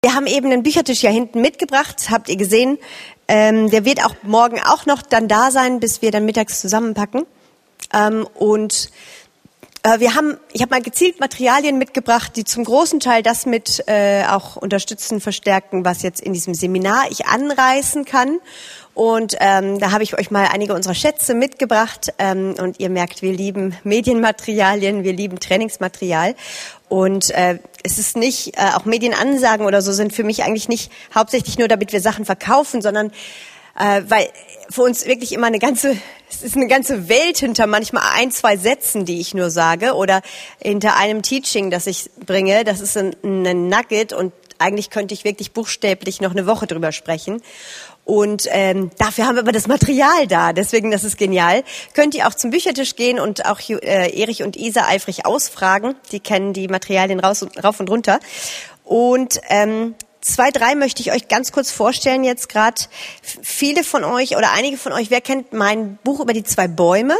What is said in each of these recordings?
Wir haben eben einen Büchertisch hier hinten mitgebracht, habt ihr gesehen. Der wird auch morgen auch noch dann da sein, bis wir dann mittags zusammenpacken. Ich habe mal gezielt Materialien mitgebracht, die zum großen Teil das mit auch unterstützen, verstärken, was jetzt in diesem Seminar ich anreißen kann. Und da habe ich euch mal einige unserer Schätze mitgebracht. Und ihr merkt, wir lieben Medienmaterialien, wir lieben Trainingsmaterial. Und es ist nicht, auch Medienansagen oder so sind für mich eigentlich nicht hauptsächlich nur, damit wir Sachen verkaufen, sondern weil für uns wirklich immer es ist eine ganze Welt hinter manchmal 1, 2 Sätzen, die ich nur sage, oder hinter einem Teaching, das ich bringe. Das ist ein Nugget und eigentlich könnte ich wirklich buchstäblich noch eine Woche drüber sprechen. Und dafür haben wir aber das Material da, deswegen, das ist genial. Könnt ihr auch zum Büchertisch gehen und auch Erich und Isa eifrig ausfragen. Die kennen die Materialien rauf und runter. Und 2, 3 möchte ich euch ganz kurz vorstellen jetzt gerade. Viele von euch oder einige von euch, wer kennt mein Buch über die 2 Bäume?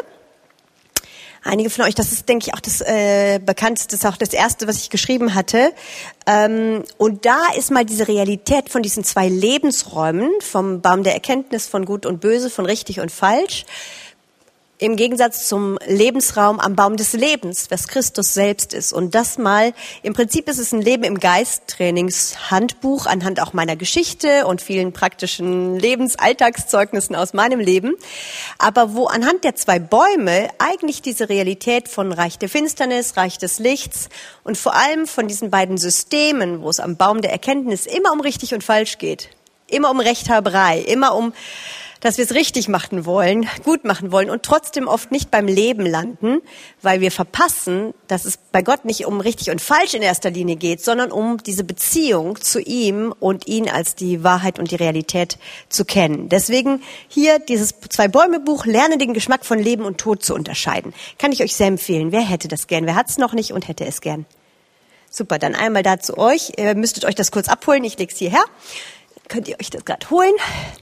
Einige von euch, das ist, denke ich, auch das bekannteste, das ist auch das erste, was ich geschrieben hatte. Und da ist mal diese Realität von diesen 2 Lebensräumen, vom Baum der Erkenntnis von Gut und Böse, von richtig und falsch, im Gegensatz zum Lebensraum am Baum des Lebens, was Christus selbst ist. Und das mal, im Prinzip ist es ein Leben im Geist Trainingshandbuch anhand auch meiner Geschichte und vielen praktischen Alltagszeugnissen aus meinem Leben. Aber wo anhand der 2 Bäume eigentlich diese Realität von Reich der Finsternis, Reich des Lichts und vor allem von diesen beiden Systemen, wo es am Baum der Erkenntnis immer um richtig und falsch geht, immer um Rechthaberei, immer um dass wir es richtig machen wollen, gut machen wollen und trotzdem oft nicht beim Leben landen, weil wir verpassen, dass es bei Gott nicht um richtig und falsch in erster Linie geht, sondern um diese Beziehung zu ihm und ihn als die Wahrheit und die Realität zu kennen. Deswegen hier dieses 2 Bäume Buch, lerne den Geschmack von Leben und Tod zu unterscheiden. Kann ich euch sehr empfehlen. Wer hätte das gern? Wer hat es noch nicht und hätte es gern? Super, dann einmal da zu euch. Ihr müsstet euch das kurz abholen. Ich lege es hierher. Könnt ihr euch das gerade holen?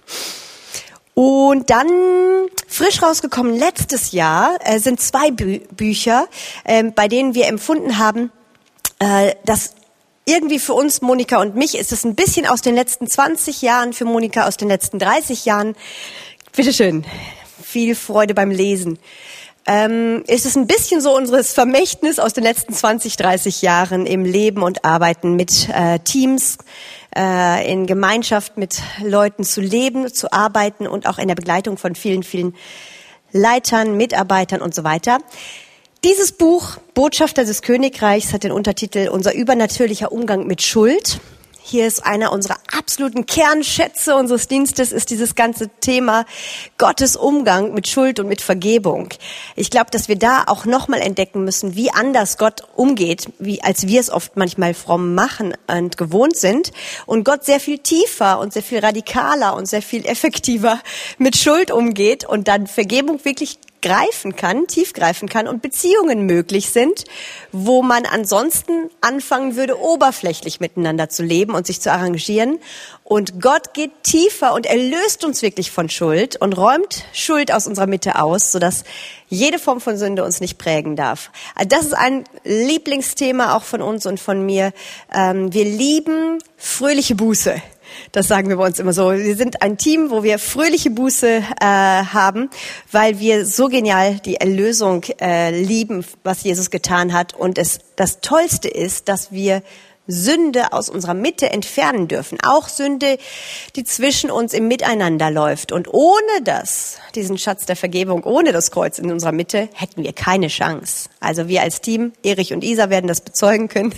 Und dann frisch rausgekommen letztes Jahr sind 2 Bücher, bei denen wir empfunden haben, dass irgendwie für uns, Monika und mich, ist es ein bisschen aus den letzten 20 Jahren, für Monika aus den letzten 30 Jahren. Bitteschön, viel Freude beim Lesen. Ist es ein bisschen so unseres Vermächtnis aus den letzten 20, 30 Jahren im Leben und Arbeiten mit Teams, in Gemeinschaft mit Leuten zu leben, zu arbeiten und auch in der Begleitung von vielen, vielen Leitern, Mitarbeitern und so weiter. Dieses Buch, Botschafter des Königreichs, hat den Untertitel Unser übernatürlicher Umgang mit Schuld. Hier ist einer unserer absoluten Kernschätze unseres Dienstes, ist dieses ganze Thema Gottes Umgang mit Schuld und mit Vergebung. Ich glaube, dass wir da auch nochmal entdecken müssen, wie anders Gott umgeht, als wir es oft manchmal fromm machen und gewohnt sind. Und Gott sehr viel tiefer und sehr viel radikaler und sehr viel effektiver mit Schuld umgeht und dann Vergebung wirklich tief greifen kann und Beziehungen möglich sind, wo man ansonsten anfangen würde, oberflächlich miteinander zu leben und sich zu arrangieren. Und Gott geht tiefer und er löst uns wirklich von Schuld und räumt Schuld aus unserer Mitte aus, sodass jede Form von Sünde uns nicht prägen darf. Das ist ein Lieblingsthema auch von uns und von mir. Wir lieben fröhliche Buße. Das sagen wir bei uns immer so. Wir sind ein Team, wo wir fröhliche Buße haben, weil wir so genial die Erlösung lieben, was Jesus getan hat. Und das Tollste ist, dass wir Sünde aus unserer Mitte entfernen dürfen. Auch Sünde, die zwischen uns im Miteinander läuft. Und ohne diesen Schatz der Vergebung, ohne das Kreuz in unserer Mitte, hätten wir keine Chance. Also wir als Team, Erich und Isa werden das bezeugen können.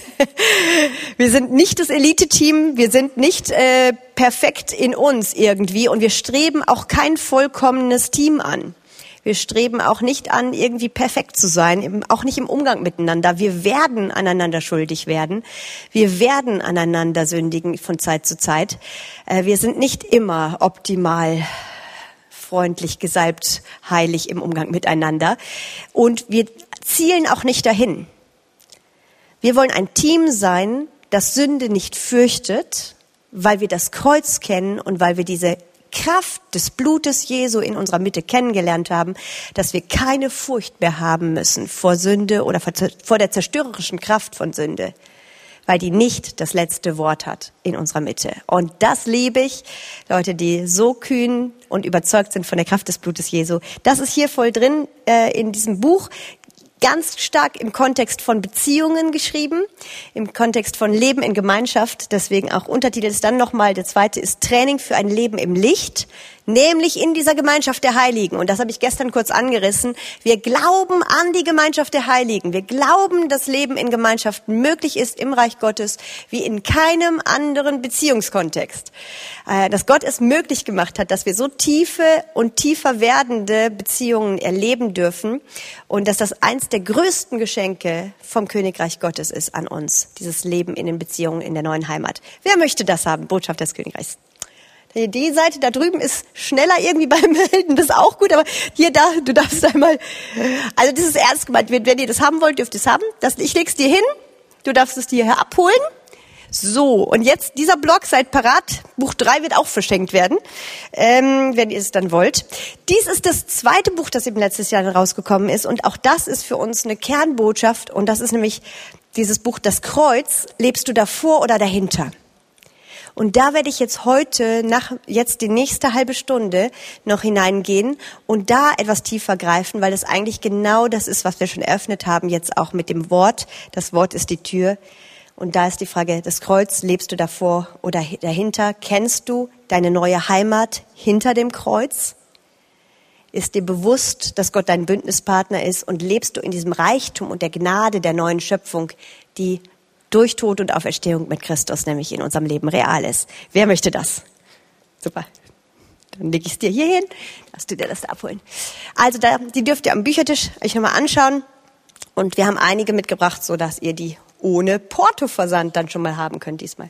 Wir sind nicht das Elite-Team, wir sind nicht perfekt in uns irgendwie und wir streben auch kein vollkommenes Team an. Wir streben auch nicht an, irgendwie perfekt zu sein, auch nicht im Umgang miteinander. Wir werden aneinander schuldig werden. Wir werden aneinander sündigen von Zeit zu Zeit. Wir sind nicht immer optimal, freundlich, gesalbt, heilig im Umgang miteinander. Und wir zielen auch nicht dahin. Wir wollen ein Team sein, das Sünde nicht fürchtet, weil wir das Kreuz kennen und weil wir diese Kraft des Blutes Jesu in unserer Mitte kennengelernt haben, dass wir keine Furcht mehr haben müssen vor Sünde oder vor der zerstörerischen Kraft von Sünde. weil die nicht das letzte Wort hat in unserer Mitte. Und das liebe ich, Leute, die so kühn und überzeugt sind von der Kraft des Blutes Jesu. Das ist hier voll drin in diesem Buch. Ganz stark im Kontext von Beziehungen geschrieben, im Kontext von Leben in Gemeinschaft. Deswegen auch Untertitel ist dann nochmal, der zweite ist Training für ein Leben im Licht, nämlich in dieser Gemeinschaft der Heiligen. Und das habe ich gestern kurz angerissen. Wir glauben an die Gemeinschaft der Heiligen. Wir glauben, dass Leben in Gemeinschaft möglich ist im Reich Gottes, wie in keinem anderen Beziehungskontext. Dass Gott es möglich gemacht hat, dass wir so tiefe und tiefer werdende Beziehungen erleben dürfen und dass das eins der größten Geschenke vom Königreich Gottes ist an uns, dieses Leben in den Beziehungen in der neuen Heimat. Wer möchte das haben? Botschaft des Königreichs. Die Seite da drüben ist schneller irgendwie beim Melden, das ist auch gut, aber hier, da, du darfst einmal, also das ist ernst gemeint, wenn ihr das haben wollt, dürft ihr es haben. Ich leg's dir hin, du darfst es dir abholen. So, und jetzt dieser Blog, seid parat, Buch 3 wird auch verschenkt werden, wenn ihr es dann wollt. Dies ist das zweite Buch, das eben letztes Jahr rausgekommen ist und auch das ist für uns eine Kernbotschaft und das ist nämlich dieses Buch Das Kreuz, lebst du davor oder dahinter? Und da werde ich jetzt heute, jetzt die nächste halbe Stunde noch hineingehen und da etwas tiefer greifen, weil das eigentlich genau das ist, was wir schon eröffnet haben, jetzt auch mit dem Wort. Das Wort ist die Tür. Und da ist die Frage, das Kreuz, lebst du davor oder dahinter? Kennst du deine neue Heimat hinter dem Kreuz? Ist dir bewusst, dass Gott dein Bündnispartner ist und lebst du in diesem Reichtum und der Gnade der neuen Schöpfung, die durch Tod und Auferstehung mit Christus nämlich in unserem Leben real ist. Wer möchte das? Super. Dann leg ich es dir hier hin, darfst du dir das da abholen. Also die dürft ihr am Büchertisch euch nochmal anschauen. Und wir haben einige mitgebracht, so dass ihr die ohne Portoversand dann schon mal haben könnt diesmal.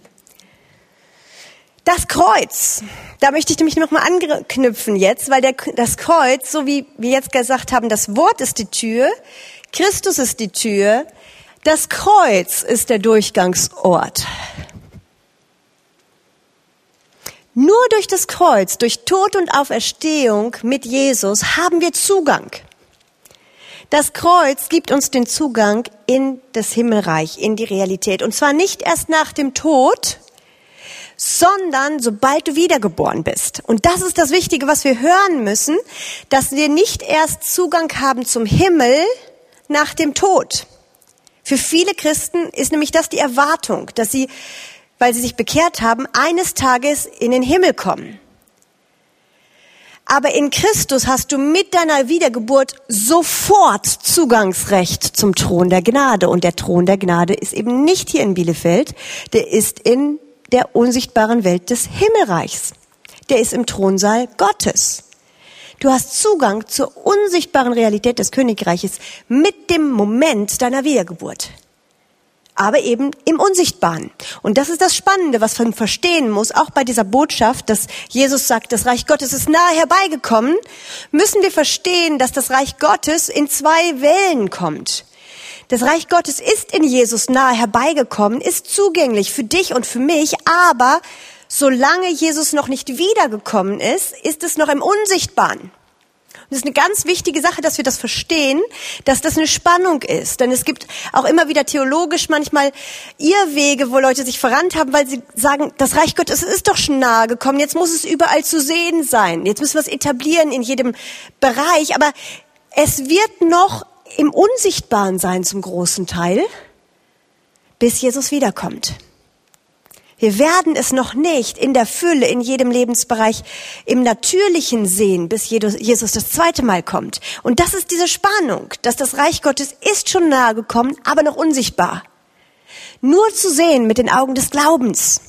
Das Kreuz, da möchte ich nämlich nochmal anknüpfen jetzt, weil das Kreuz, so wie wir jetzt gesagt haben, das Wort ist die Tür, Christus ist die Tür, das Kreuz ist der Durchgangsort. Nur durch das Kreuz, durch Tod und Auferstehung mit Jesus haben wir Zugang. Das Kreuz gibt uns den Zugang in das Himmelreich, in die Realität. Und zwar nicht erst nach dem Tod, sondern sobald du wiedergeboren bist. Und das ist das Wichtige, was wir hören müssen, dass wir nicht erst Zugang haben zum Himmel nach dem Tod. Für viele Christen ist nämlich das die Erwartung, dass sie, weil sie sich bekehrt haben, eines Tages in den Himmel kommen. Aber in Christus hast du mit deiner Wiedergeburt sofort Zugangsrecht zum Thron der Gnade. Und der Thron der Gnade ist eben nicht hier in Bielefeld, der ist in der unsichtbaren Welt des Himmelreichs. Der ist im Thronsaal Gottes. Du hast Zugang zur unsichtbaren Realität des Königreiches mit dem Moment deiner Wiedergeburt. Aber eben im Unsichtbaren. Und das ist das Spannende, was man verstehen muss, auch bei dieser Botschaft, dass Jesus sagt, das Reich Gottes ist nahe herbeigekommen, müssen wir verstehen, dass das Reich Gottes in zwei Wellen kommt. Das Reich Gottes ist in Jesus nahe herbeigekommen, ist zugänglich für dich und für mich, aber solange Jesus noch nicht wiedergekommen ist, ist es noch im Unsichtbaren. Und das ist eine ganz wichtige Sache, dass wir das verstehen, dass das eine Spannung ist. Denn es gibt auch immer wieder theologisch manchmal Irrwege, wo Leute sich verrannt haben, weil sie sagen, das Reich Gottes ist doch schon nahe gekommen, jetzt muss es überall zu sehen sein. Jetzt müssen wir es etablieren in jedem Bereich. Aber es wird noch im Unsichtbaren sein zum großen Teil, bis Jesus wiederkommt. Wir werden es noch nicht in der Fülle, in jedem Lebensbereich, im Natürlichen sehen, bis Jesus das zweite Mal kommt. Und das ist diese Spannung, dass das Reich Gottes ist schon nahe gekommen, aber noch unsichtbar. Nur zu sehen mit den Augen des Glaubens.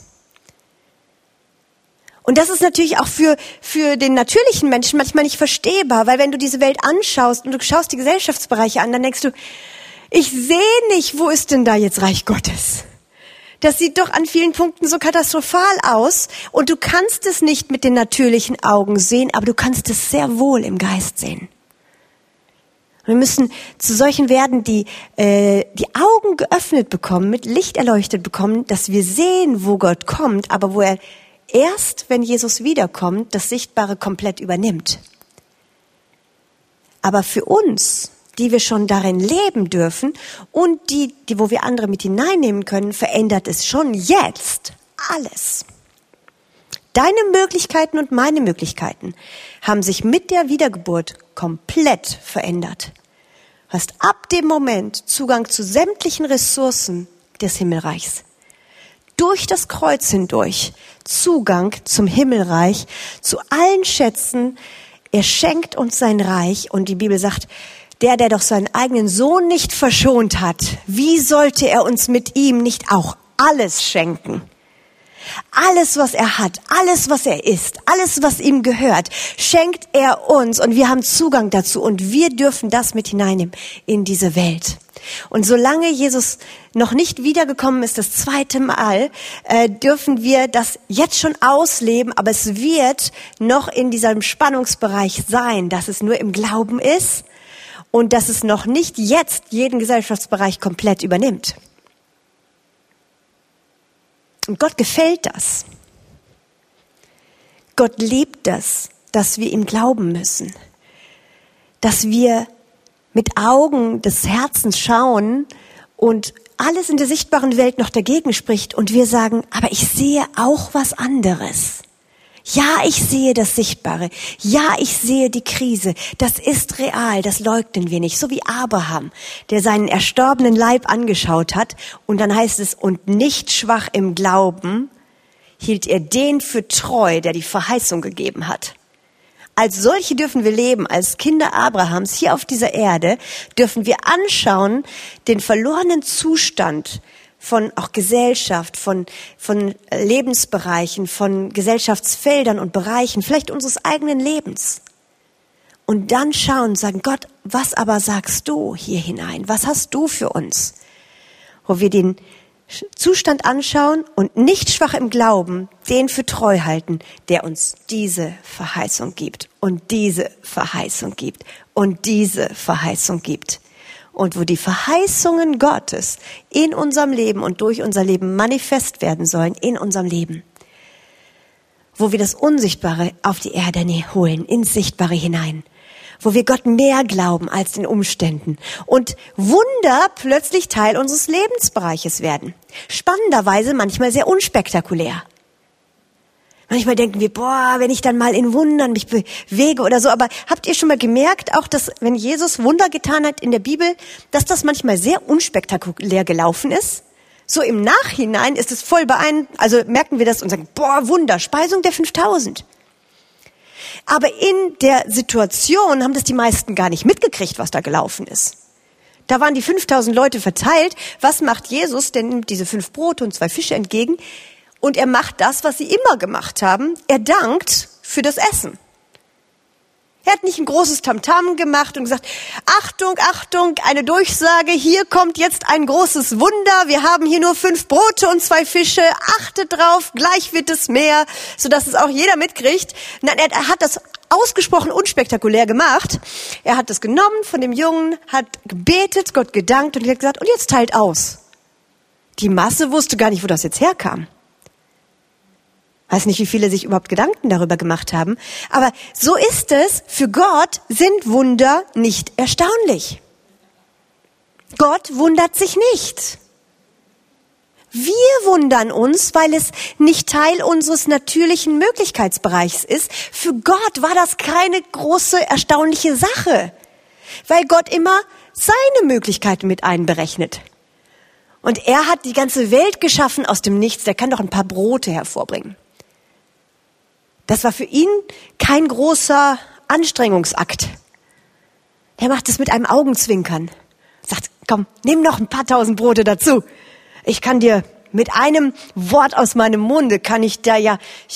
Und das ist natürlich auch für den natürlichen Menschen manchmal nicht verstehbar, weil wenn du diese Welt anschaust und du schaust die Gesellschaftsbereiche an, dann denkst du, ich sehe nicht, wo ist denn da jetzt Reich Gottes? Das sieht doch an vielen Punkten so katastrophal aus und du kannst es nicht mit den natürlichen Augen sehen, aber du kannst es sehr wohl im Geist sehen. Wir müssen zu solchen werden, die die Augen geöffnet bekommen, mit Licht erleuchtet bekommen, dass wir sehen, wo Gott kommt, aber wo er erst, wenn Jesus wiederkommt, das Sichtbare komplett übernimmt. Aber für uns, die wir schon darin leben dürfen und die, wo wir andere mit hineinnehmen können, verändert es schon jetzt alles. Deine Möglichkeiten und meine Möglichkeiten haben sich mit der Wiedergeburt komplett verändert. Du hast ab dem Moment Zugang zu sämtlichen Ressourcen des Himmelreichs. Durch das Kreuz hindurch Zugang zum Himmelreich, zu allen Schätzen. Er schenkt uns sein Reich und die Bibel sagt, der doch seinen eigenen Sohn nicht verschont hat, wie sollte er uns mit ihm nicht auch alles schenken? Alles, was er hat, alles, was er ist, alles, was ihm gehört, schenkt er uns und wir haben Zugang dazu und wir dürfen das mit hineinnehmen in diese Welt. Und solange Jesus noch nicht wiedergekommen ist, das zweite Mal, dürfen wir das jetzt schon ausleben, aber es wird noch in diesem Spannungsbereich sein, dass es nur im Glauben ist und dass es noch nicht jetzt jeden Gesellschaftsbereich komplett übernimmt. Und Gott gefällt das. Gott liebt das, dass wir ihm glauben müssen. Dass wir mit Augen des Herzens schauen und alles in der sichtbaren Welt noch dagegen spricht und wir sagen, aber ich sehe auch was anderes. Ja, ich sehe das Sichtbare. Ja, ich sehe die Krise. Das ist real, das leugnen wir nicht. So wie Abraham, der seinen erstorbenen Leib angeschaut hat und dann heißt es, und nicht schwach im Glauben, hielt er den für treu, der die Verheißung gegeben hat. Als solche dürfen wir leben, als Kinder Abrahams hier auf dieser Erde, dürfen wir anschauen den verlorenen Zustand von auch Gesellschaft, von Lebensbereichen, von Gesellschaftsfeldern und Bereichen, vielleicht unseres eigenen Lebens. Und dann schauen und sagen, Gott, was aber sagst du hier hinein? Was hast du für uns? Wo wir den Zustand anschauen und nicht schwach im Glauben, den für treu halten, der uns diese Verheißung gibt und diese Verheißung gibt und diese Verheißung gibt. Und wo die Verheißungen Gottes in unserem Leben und durch unser Leben manifest werden sollen, in unserem Leben. Wo wir das Unsichtbare auf die Erde holen, ins Sichtbare hinein. Wo wir Gott mehr glauben als den Umständen. Und Wunder plötzlich Teil unseres Lebensbereiches werden. Spannenderweise manchmal sehr unspektakulär. Manchmal denken wir, wenn ich dann mal in Wundern mich bewege oder so. Aber habt ihr schon mal gemerkt, auch dass, wenn Jesus Wunder getan hat in der Bibel, dass das manchmal sehr unspektakulär gelaufen ist? So im Nachhinein ist es voll also merken wir das und sagen, Wunder, Speisung der 5000. Aber in der Situation haben das die meisten gar nicht mitgekriegt, was da gelaufen ist. Da waren die 5000 Leute verteilt. Was macht Jesus? Der nimmt diese 5 Brote und 2 Fische entgegen. Und er macht das, was sie immer gemacht haben. Er dankt für das Essen. Er hat nicht ein großes Tamtam gemacht und gesagt, Achtung, Achtung, eine Durchsage, hier kommt jetzt ein großes Wunder. Wir haben hier nur 5 Brote und 2 Fische. Achtet drauf, gleich wird es mehr, sodass es auch jeder mitkriegt. Nein, er hat das ausgesprochen unspektakulär gemacht. Er hat das genommen von dem Jungen, hat gebetet, Gott gedankt und hat gesagt, und jetzt teilt aus. Die Masse wusste gar nicht, wo das jetzt herkam. Weiß nicht, wie viele sich überhaupt Gedanken darüber gemacht haben. Aber so ist es. Für Gott sind Wunder nicht erstaunlich. Gott wundert sich nicht. Wir wundern uns, weil es nicht Teil unseres natürlichen Möglichkeitsbereichs ist. Für Gott war das keine große, erstaunliche Sache. Weil Gott immer seine Möglichkeiten mit einberechnet. Und er hat die ganze Welt geschaffen aus dem Nichts. Der kann doch ein paar Brote hervorbringen. Das war für ihn kein großer Anstrengungsakt. Er macht es mit einem Augenzwinkern. Sagt, komm, nimm noch ein paar 1000 Brote dazu. Ich kann dir mit einem Wort aus meinem Munde, er hätte ja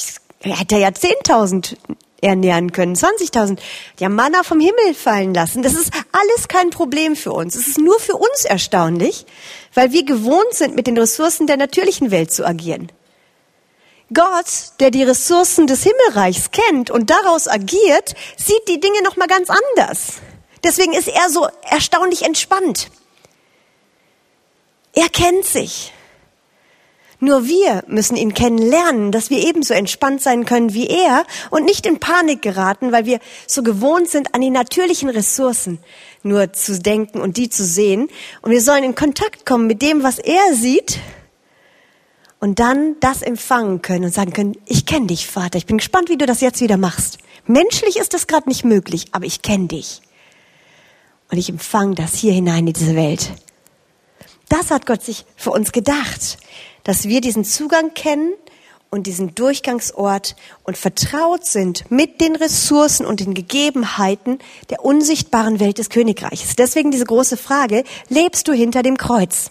10.000 ernähren können, 20.000. Ja, Manna vom Himmel fallen lassen. Das ist alles kein Problem für uns. Es ist nur für uns erstaunlich, weil wir gewohnt sind, mit den Ressourcen der natürlichen Welt zu agieren. Gott, der die Ressourcen des Himmelreichs kennt und daraus agiert, sieht die Dinge noch mal ganz anders. Deswegen ist er so erstaunlich entspannt. Er kennt sich. Nur wir müssen ihn kennenlernen, dass wir ebenso entspannt sein können wie er und nicht in Panik geraten, weil wir so gewohnt sind, an die natürlichen Ressourcen nur zu denken und die zu sehen. Und wir sollen in Kontakt kommen mit dem, was er sieht und dann das empfangen können und sagen können, ich kenne dich, Vater, ich bin gespannt, wie du das jetzt wieder machst. Menschlich ist das gerade nicht möglich, aber ich kenne dich. Und ich empfange das hier hinein in diese Welt. Das hat Gott sich für uns gedacht, dass wir diesen Zugang kennen und diesen Durchgangsort und vertraut sind mit den Ressourcen und den Gegebenheiten der unsichtbaren Welt des Königreiches. Deswegen diese große Frage, lebst du hinter dem Kreuz?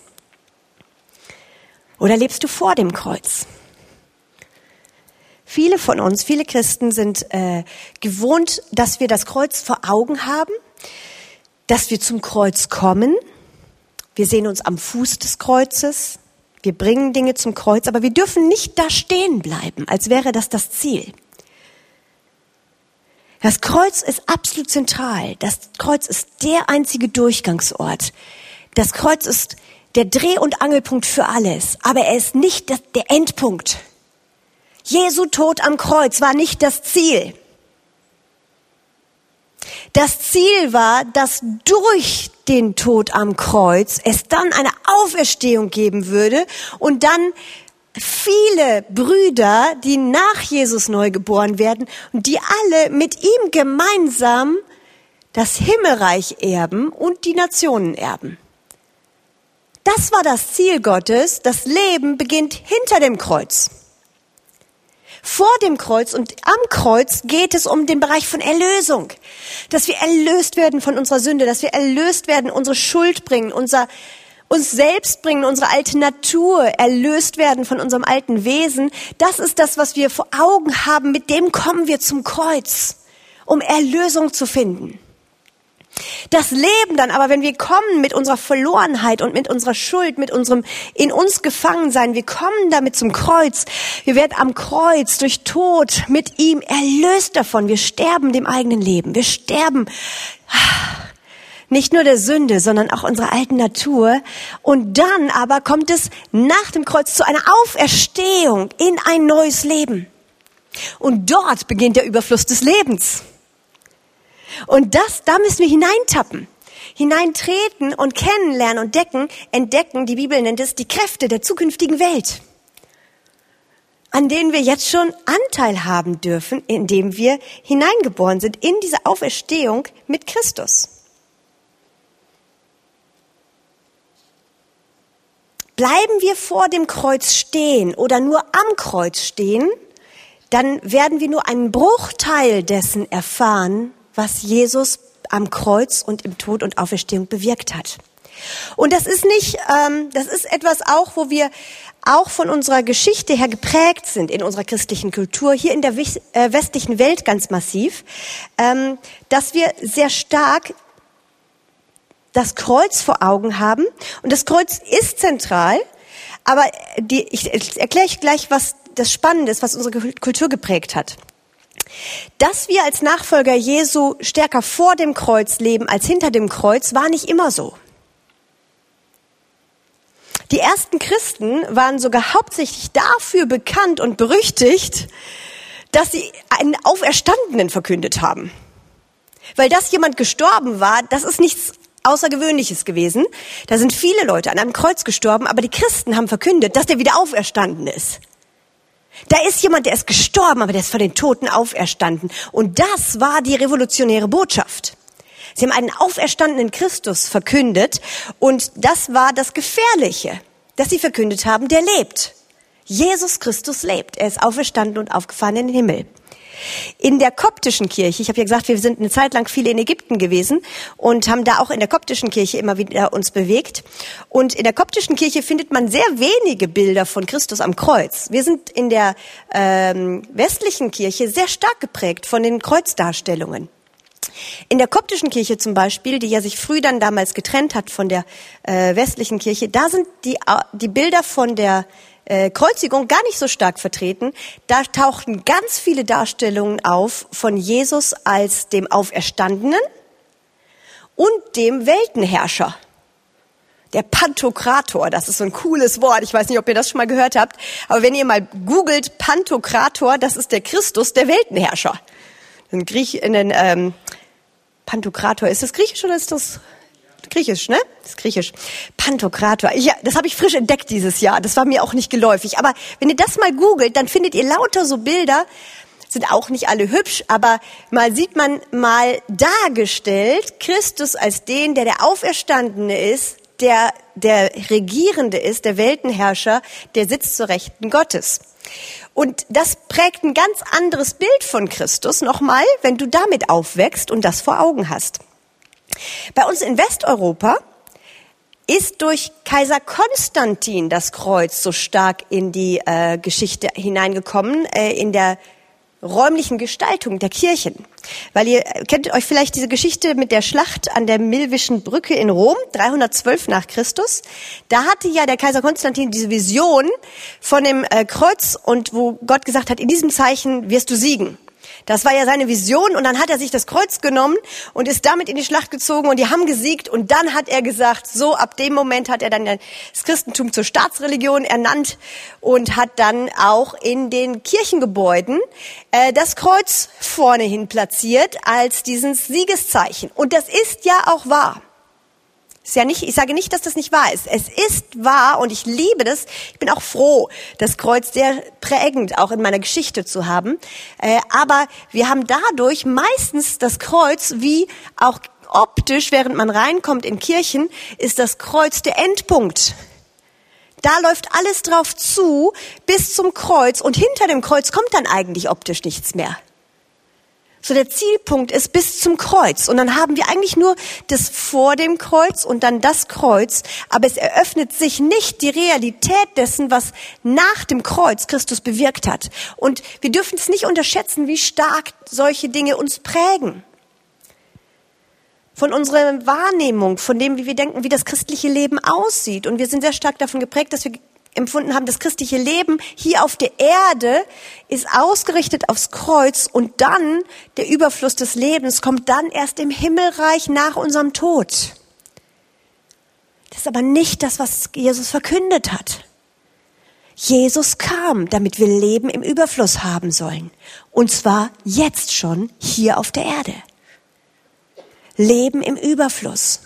Oder lebst du vor dem Kreuz? Viele von uns, viele Christen sind gewohnt, dass wir das Kreuz vor Augen haben, dass wir zum Kreuz kommen. Wir sehen uns am Fuß des Kreuzes. Wir bringen Dinge zum Kreuz, aber wir dürfen nicht da stehen bleiben, als wäre das das Ziel. Das Kreuz ist absolut zentral. Das Kreuz ist der einzige Durchgangsort. Das Kreuz ist der Dreh- und Angelpunkt für alles, aber er ist nicht der Endpunkt. Jesu Tod am Kreuz war nicht das Ziel. Das Ziel war, dass durch den Tod am Kreuz es dann eine Auferstehung geben würde und dann viele Brüder, die nach Jesus neu geboren werden und die alle mit ihm gemeinsam das Himmelreich erben und die Nationen erben. Das war das Ziel Gottes. Das Leben beginnt hinter dem Kreuz. Vor dem Kreuz und am Kreuz geht es um den Bereich von Erlösung. Dass wir erlöst werden von unserer Sünde, dass wir erlöst werden, unsere Schuld bringen, uns selbst bringen, unsere alte Natur, erlöst werden von unserem alten Wesen. Das ist das, was wir vor Augen haben. Mit dem kommen wir zum Kreuz, um Erlösung zu finden. Das Leben dann aber, wenn wir kommen mit unserer Verlorenheit und mit unserer Schuld, mit unserem in uns Gefangensein, wir kommen damit zum Kreuz. Wir werden am Kreuz durch Tod mit ihm erlöst davon. Wir sterben dem eigenen Leben. Wir sterben nicht nur der Sünde, sondern auch unserer alten Natur. Und dann aber kommt es nach dem Kreuz zu einer Auferstehung in ein neues Leben. Und dort beginnt der Überfluss des Lebens. Und da müssen wir hineintappen, hineintreten und kennenlernen und entdecken, die Bibel nennt es die Kräfte der zukünftigen Welt, an denen wir jetzt schon Anteil haben dürfen, indem wir hineingeboren sind in diese Auferstehung mit Christus. Bleiben wir vor dem Kreuz stehen oder nur am Kreuz stehen, dann werden wir nur einen Bruchteil dessen erfahren, was Jesus am Kreuz und im Tod und Auferstehung bewirkt hat. Und das ist etwas auch, wo wir auch von unserer Geschichte her geprägt sind in unserer christlichen Kultur, hier in der westlichen Welt ganz massiv, dass wir sehr stark das Kreuz vor Augen haben. Und das Kreuz ist zentral, aber ich erkläre euch gleich, was das Spannende ist, was unsere Kultur geprägt hat. Dass wir als Nachfolger Jesu stärker vor dem Kreuz leben als hinter dem Kreuz, war nicht immer so. Die ersten Christen waren sogar hauptsächlich dafür bekannt und berüchtigt, dass sie einen Auferstandenen verkündet haben. Weil dass jemand gestorben war, das ist nichts Außergewöhnliches gewesen. Da sind viele Leute an einem Kreuz gestorben, aber die Christen haben verkündet, dass der wieder auferstanden ist. Da ist jemand, der ist gestorben, aber der ist von den Toten auferstanden. Und das war die revolutionäre Botschaft. Sie haben einen auferstandenen Christus verkündet und das war das Gefährliche, dass sie verkündet haben, der lebt. Jesus Christus lebt. Er ist auferstanden und aufgefahren in den Himmel. In der koptischen Kirche, ich habe ja gesagt, wir sind eine Zeit lang viele in Ägypten gewesen und haben da auch in der koptischen Kirche immer wieder uns bewegt. Und in der koptischen Kirche findet man sehr wenige Bilder von Christus am Kreuz. Wir sind in der westlichen Kirche sehr stark geprägt von den Kreuzdarstellungen. In der koptischen Kirche zum Beispiel, die ja sich früh dann damals getrennt hat von der westlichen Kirche, da sind die Bilder von der Kreuzigung gar nicht so stark vertreten. Da tauchten ganz viele Darstellungen auf von Jesus als dem Auferstandenen und dem Weltenherrscher. Der Pantokrator, das ist so ein cooles Wort. Ich weiß nicht, ob ihr das schon mal gehört habt. Aber wenn ihr mal googelt, Pantokrator, das ist der Christus, der Weltenherrscher. Pantokrator, ist das griechisch oder ist das griechisch, ne? Das ist griechisch. Pantokrator. Das habe ich frisch entdeckt dieses Jahr. Das war mir auch nicht geläufig. Aber wenn ihr das mal googelt, dann findet ihr lauter so Bilder. Sind auch nicht alle hübsch, aber sieht man mal dargestellt, Christus als den, der Auferstandene ist, der Regierende ist, der Weltenherrscher, der sitzt zur Rechten Gottes. Und das prägt ein ganz anderes Bild von Christus, nochmal, wenn du damit aufwächst und das vor Augen hast. Bei uns in Westeuropa ist durch Kaiser Konstantin das Kreuz so stark in die Geschichte hineingekommen, in der räumlichen Gestaltung der Kirchen. Weil ihr kennt euch vielleicht diese Geschichte mit der Schlacht an der Milvischen Brücke in Rom, 312 nach Christus. Da hatte ja der Kaiser Konstantin diese Vision von dem Kreuz und wo Gott gesagt hat, in diesem Zeichen wirst du siegen. Das war ja seine Vision und dann hat er sich das Kreuz genommen und ist damit in die Schlacht gezogen und die haben gesiegt und dann hat er gesagt, so ab dem Moment hat er dann das Christentum zur Staatsreligion ernannt und hat dann auch in den Kirchengebäuden das Kreuz vorne hin platziert als dieses Siegeszeichen. Und das ist ja auch wahr. Ist ja nicht, ich sage nicht, dass das nicht wahr ist. Es ist wahr und ich liebe das. Ich bin auch froh, das Kreuz sehr prägend auch in meiner Geschichte zu haben. Aber wir haben dadurch meistens das Kreuz, wie auch optisch, während man reinkommt in Kirchen, ist das Kreuz der Endpunkt. Da läuft alles drauf zu bis zum Kreuz und hinter dem Kreuz kommt dann eigentlich optisch nichts mehr. So der Zielpunkt ist bis zum Kreuz und dann haben wir eigentlich nur das vor dem Kreuz und dann das Kreuz, aber es eröffnet sich nicht die Realität dessen, was nach dem Kreuz Christus bewirkt hat. Und wir dürfen es nicht unterschätzen, wie stark solche Dinge uns prägen. Von unserer Wahrnehmung, von dem, wie wir denken, wie das christliche Leben aussieht. Und wir sind sehr stark davon geprägt, dass wir empfunden haben, das christliche Leben hier auf der Erde ist ausgerichtet aufs Kreuz und dann der Überfluss des Lebens kommt dann erst im Himmelreich nach unserem Tod. Das ist aber nicht das, was Jesus verkündet hat. Jesus kam, damit wir Leben im Überfluss haben sollen. Und zwar jetzt schon hier auf der Erde. Leben im Überfluss.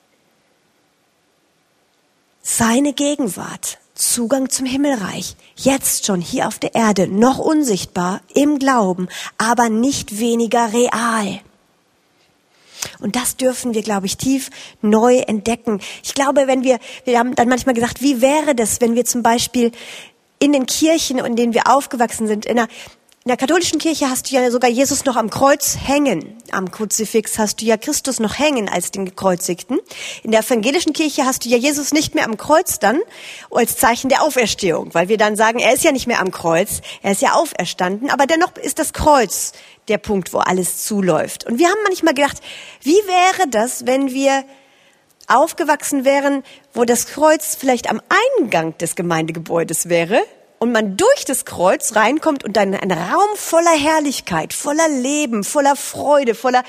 Seine Gegenwart. Zugang zum Himmelreich, jetzt schon hier auf der Erde, noch unsichtbar im Glauben, aber nicht weniger real. Und das dürfen wir, glaube ich, tief neu entdecken. Ich glaube, wir haben dann manchmal gesagt, wie wäre das, wenn wir zum Beispiel in den Kirchen, in denen wir aufgewachsen sind, in der katholischen Kirche hast du ja sogar Jesus noch am Kreuz hängen. Am Kruzifix hast du ja Christus noch hängen als den Gekreuzigten. In der evangelischen Kirche hast du ja Jesus nicht mehr am Kreuz dann als Zeichen der Auferstehung, weil wir dann sagen, er ist ja nicht mehr am Kreuz, er ist ja auferstanden, aber dennoch ist das Kreuz der Punkt, wo alles zuläuft. Und wir haben manchmal gedacht, wie wäre das, wenn wir aufgewachsen wären, wo das Kreuz vielleicht am Eingang des Gemeindegebäudes wäre, und man durch das Kreuz reinkommt und dann ein Raum voller Herrlichkeit, voller Leben, voller Freude, voller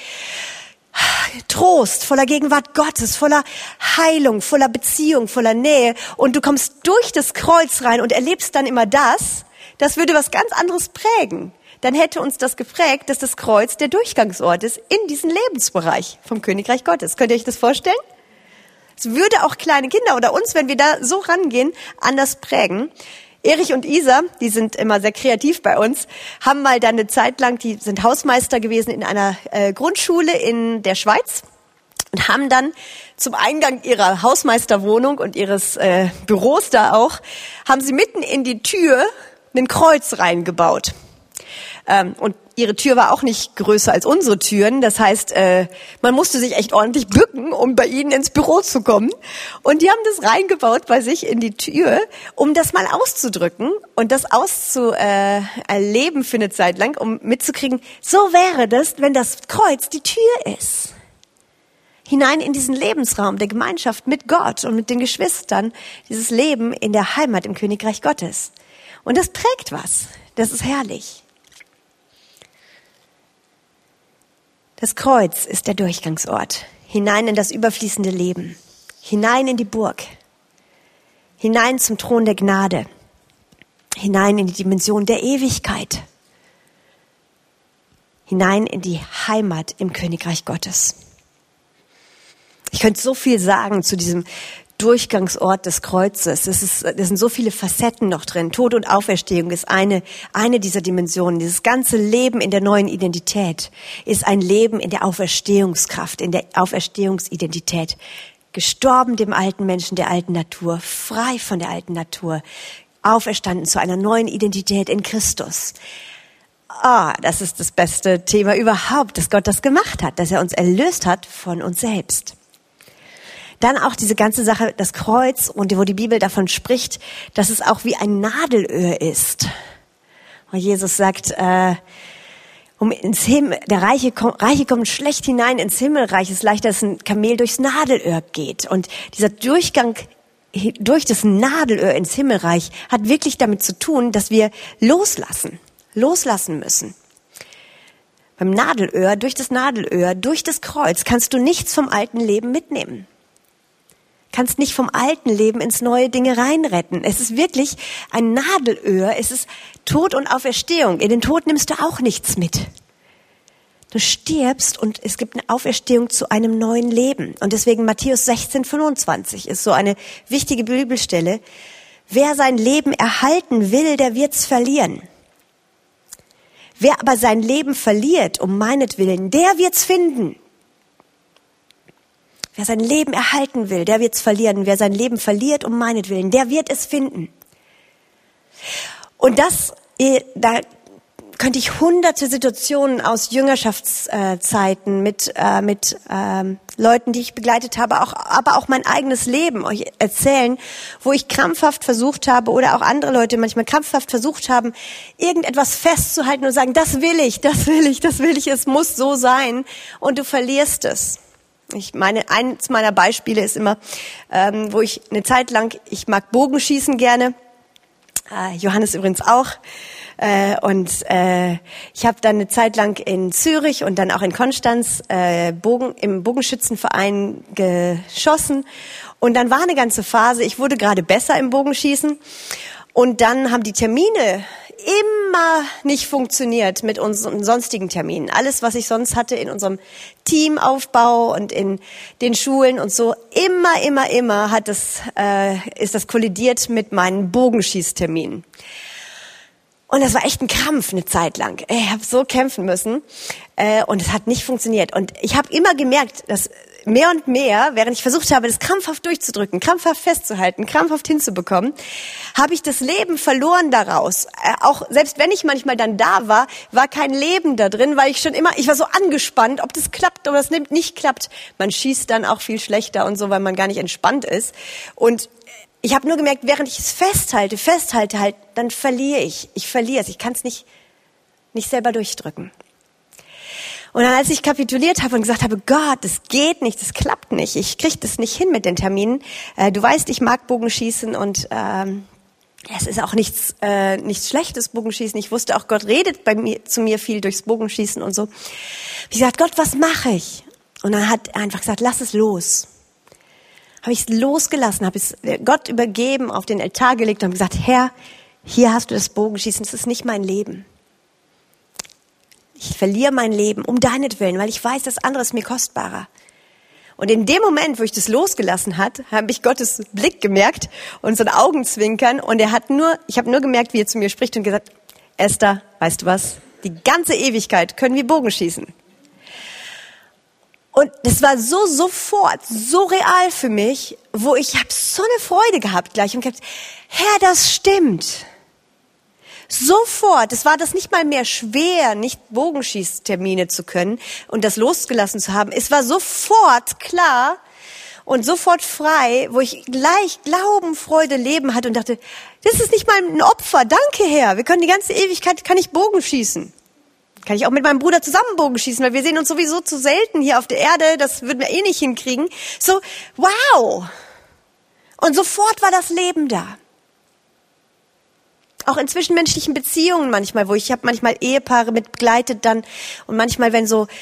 Trost, voller Gegenwart Gottes, voller Heilung, voller Beziehung, voller Nähe. Und du kommst durch das Kreuz rein und erlebst dann immer das würde was ganz anderes prägen. Dann hätte uns das geprägt, dass das Kreuz der Durchgangsort ist in diesen Lebensbereich vom Königreich Gottes. Könnt ihr euch das vorstellen? Es würde auch kleine Kinder oder uns, wenn wir da so rangehen, anders prägen. Erich und Isa, die sind immer sehr kreativ bei uns, haben mal dann eine Zeit lang, die sind Hausmeister gewesen in einer Grundschule in der Schweiz und haben dann zum Eingang ihrer Hausmeisterwohnung und ihres Büros da auch, haben sie mitten in die Tür ein Kreuz reingebaut. Und ihre Tür war auch nicht größer als unsere Türen. Das heißt, man musste sich echt ordentlich bücken, um bei ihnen ins Büro zu kommen. Und die haben das reingebaut bei sich in die Tür, um das mal auszudrücken und das auszuerleben für eine Zeit lang, um mitzukriegen, so wäre das, wenn das Kreuz die Tür ist. Hinein in diesen Lebensraum der Gemeinschaft mit Gott und mit den Geschwistern, dieses Leben in der Heimat im Königreich Gottes. Und das prägt was. Das ist herrlich. Das Kreuz ist der Durchgangsort, hinein in das überfließende Leben, hinein in die Burg, hinein zum Thron der Gnade, hinein in die Dimension der Ewigkeit, hinein in die Heimat im Königreich Gottes. Ich könnte so viel sagen zu diesem Durchgangsort des Kreuzes. Es sind so viele Facetten noch drin. Tod und Auferstehung ist eine dieser Dimensionen. Dieses ganze Leben in der neuen Identität ist ein Leben in der Auferstehungskraft, in der Auferstehungsidentität. Gestorben dem alten Menschen, der alten Natur, frei von der alten Natur, auferstanden zu einer neuen Identität in Christus. Das ist das beste Thema überhaupt, dass Gott das gemacht hat, dass er uns erlöst hat von uns selbst. Dann auch diese ganze Sache, das Kreuz, und wo die Bibel davon spricht, dass es auch wie ein Nadelöhr ist. Wo Jesus sagt, der Reiche kommen schlecht hinein ins Himmelreich, es ist leichter, dass ein Kamel durchs Nadelöhr geht. Und dieser Durchgang durch das Nadelöhr ins Himmelreich hat wirklich damit zu tun, dass wir loslassen müssen. Beim Nadelöhr, durch das Kreuz kannst du nichts vom alten Leben mitnehmen. Kannst nicht vom alten Leben ins neue Dinge reinretten. Es ist wirklich ein Nadelöhr. Es ist Tod und Auferstehung. In den Tod nimmst du auch nichts mit. Du stirbst und es gibt eine Auferstehung zu einem neuen Leben. Und deswegen Matthäus 16,25 ist so eine wichtige Bibelstelle. Wer sein Leben erhalten will, der wird's verlieren. Wer aber sein Leben verliert, um meinetwillen, der wird's finden. Wer sein Leben erhalten will, der wird's verlieren. Wer sein Leben verliert, um meinetwillen, der wird es finden. Und da könnte ich hunderte Situationen aus Jüngerschaftszeiten mit Leuten, die ich begleitet habe, aber auch mein eigenes Leben euch erzählen, wo ich krampfhaft versucht habe oder auch andere Leute manchmal krampfhaft versucht haben, irgendetwas festzuhalten und sagen, das will ich, es muss so sein, und du verlierst es. Eins meiner Beispiele ist immer, wo ich eine Zeit lang, ich mag Bogenschießen gerne, Johannes übrigens auch, und ich habe dann eine Zeit lang in Zürich und dann auch in Konstanz im Bogenschützenverein geschossen, und dann war eine ganze Phase, ich wurde gerade besser im Bogenschießen, und dann haben die Termine immer nicht funktioniert mit unseren sonstigen Terminen. Alles, was ich sonst hatte in unserem Teamaufbau und in den Schulen und so, immer ist das kollidiert mit meinen Bogenschießterminen. Und das war echt ein Krampf eine Zeit lang. Ich habe so kämpfen müssen und es hat nicht funktioniert. Und ich habe immer gemerkt, dass mehr und mehr, während ich versucht habe, das krampfhaft durchzudrücken, krampfhaft festzuhalten, krampfhaft hinzubekommen, habe ich das Leben verloren daraus. Auch selbst wenn ich manchmal dann da war kein Leben da drin, weil ich war so angespannt, ob das klappt oder das nicht klappt. Man schießt dann auch viel schlechter und so, weil man gar nicht entspannt ist. Und ich habe nur gemerkt, während ich es festhalte halt, dann verliere ich. Ich verliere es. Ich kann es nicht selber durchdrücken. Und dann, als ich kapituliert habe und gesagt habe, Gott, das geht nicht, das klappt nicht, ich kriege das nicht hin mit den Terminen. Du weißt, ich mag Bogenschießen und es ist auch nichts Schlechtes, Bogenschießen. Ich wusste auch, Gott redet zu mir viel durchs Bogenschießen und so. Ich gesagt, Gott, was mache ich? Und dann hat er einfach gesagt, lass es los. Habe ich es losgelassen, habe es Gott übergeben, auf den Altar gelegt und habe gesagt, Herr, hier hast du das Bogenschießen, das ist nicht mein Leben. Ich verliere mein Leben um deinetwillen, weil ich weiß, das andere ist mir kostbarer. Und in dem Moment, wo ich das losgelassen habe ich Gottes Blick gemerkt und so ein Augenzwinkern, und ich habe nur gemerkt, wie er zu mir spricht und gesagt, Esther, weißt du was? Die ganze Ewigkeit können wir Bogenschießen. Und das war sofort, so real für mich, wo ich habe so eine Freude gehabt gleich und gesagt, Herr, das stimmt. Sofort, es war das nicht mal mehr schwer, nicht Bogenschießtermine zu können und das losgelassen zu haben. Es war sofort klar und sofort frei, wo ich gleich Glauben, Freude, Leben hatte und dachte, das ist nicht mal ein Opfer, danke Herr, wir können die ganze Ewigkeit, kann ich Bogenschießen. Kann ich auch mit meinem Bruder zusammen Bogenschießen, weil wir sehen uns sowieso zu selten hier auf der Erde, das würden wir eh nicht hinkriegen. So, wow! Und sofort war das Leben da. Auch in zwischenmenschlichen Beziehungen manchmal, ich habe manchmal Ehepaare mit begleitet dann und manchmal, wenn so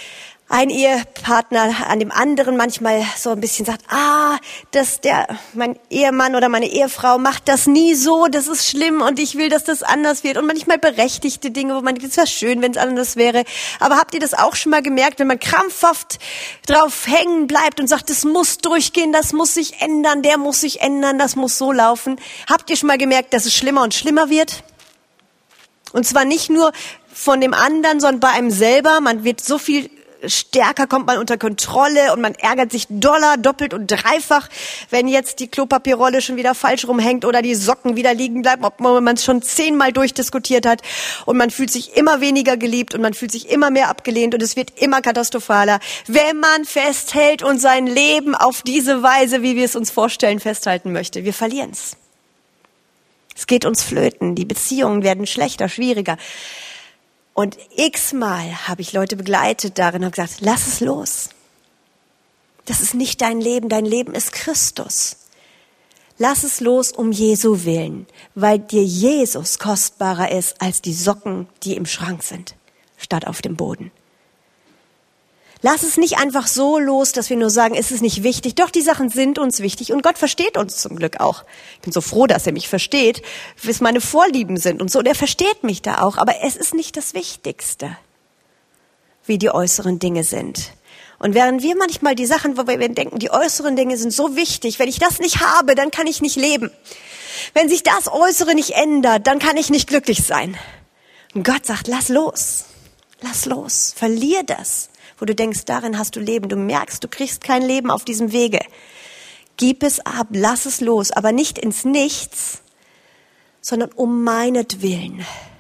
ein Ehepartner an dem anderen manchmal so ein bisschen sagt, mein Ehemann oder meine Ehefrau macht das nie so, das ist schlimm und ich will, dass das anders wird. Und manchmal berechtigte Dinge, wo man denkt, es wäre schön, wenn es anders wäre. Aber habt ihr das auch schon mal gemerkt, wenn man krampfhaft drauf hängen bleibt und sagt, das muss durchgehen, das muss sich ändern, der muss sich ändern, das muss so laufen. Habt ihr schon mal gemerkt, dass es schlimmer und schlimmer wird? Und zwar nicht nur von dem anderen, sondern bei einem selber. Man wird so viel stärker, kommt man unter Kontrolle und man ärgert sich doppelt und dreifach, wenn jetzt die Klopapierrolle schon wieder falsch rumhängt oder die Socken wieder liegen bleiben, ob man es schon 10-mal durchdiskutiert hat, und man fühlt sich immer weniger geliebt und man fühlt sich immer mehr abgelehnt und es wird immer katastrophaler, wenn man festhält und sein Leben auf diese Weise, wie wir es uns vorstellen, festhalten möchte. Wir verlieren es. Es geht uns flöten, die Beziehungen werden schlechter, schwieriger. Und x-mal habe ich Leute begleitet darin und gesagt, lass es los. Das ist nicht dein Leben ist Christus. Lass es los um Jesu willen, weil dir Jesus kostbarer ist als die Socken, die im Schrank sind, statt auf dem Boden. Lass es nicht einfach so los, dass wir nur sagen, es ist nicht wichtig. Doch, die Sachen sind uns wichtig und Gott versteht uns zum Glück auch. Ich bin so froh, dass er mich versteht, was meine Vorlieben sind und so. Und er versteht mich da auch, aber es ist nicht das Wichtigste, wie die äußeren Dinge sind. Und während wir manchmal die Sachen, wo wir denken, die äußeren Dinge sind so wichtig, wenn ich das nicht habe, dann kann ich nicht leben. Wenn sich das Äußere nicht ändert, dann kann ich nicht glücklich sein. Und Gott sagt, lass los, verlier das. Wo du denkst, darin hast du Leben. Du merkst, du kriegst kein Leben auf diesem Wege. Gib es ab, lass es los, aber nicht ins Nichts, sondern um meinetwillen.